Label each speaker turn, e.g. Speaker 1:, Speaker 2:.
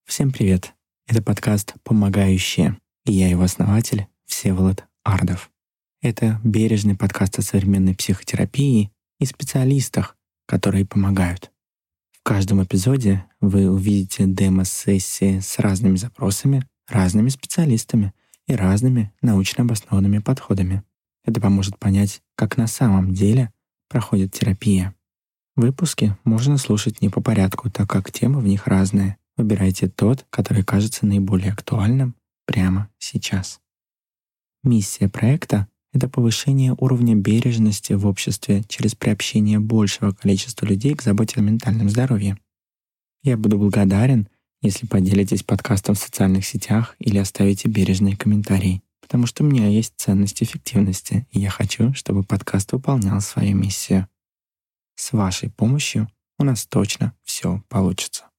Speaker 1: Всем привет! Это подкаст «Помогающие», и я его основатель Всеволод Ардов. Это бережный подкаст о современной психотерапии и специалистах, которые помогают. В каждом эпизоде вы увидите демо-сессии с разными запросами, разными специалистами и разными научно обоснованными подходами. Это поможет понять, как на самом деле проходит терапия. Выпуски можно слушать не по порядку, так как темы в них разные. Выбирайте тот, который кажется наиболее актуальным прямо сейчас. Миссия проекта — это повышение уровня бережности в обществе через приобщение большего количества людей к заботе о ментальном здоровье. Я буду благодарен, если поделитесь подкастом в социальных сетях или оставите бережные комментарии, потому что у меня есть ценность эффективности, и я хочу, чтобы подкаст выполнял свою миссию. С вашей помощью у нас точно все получится.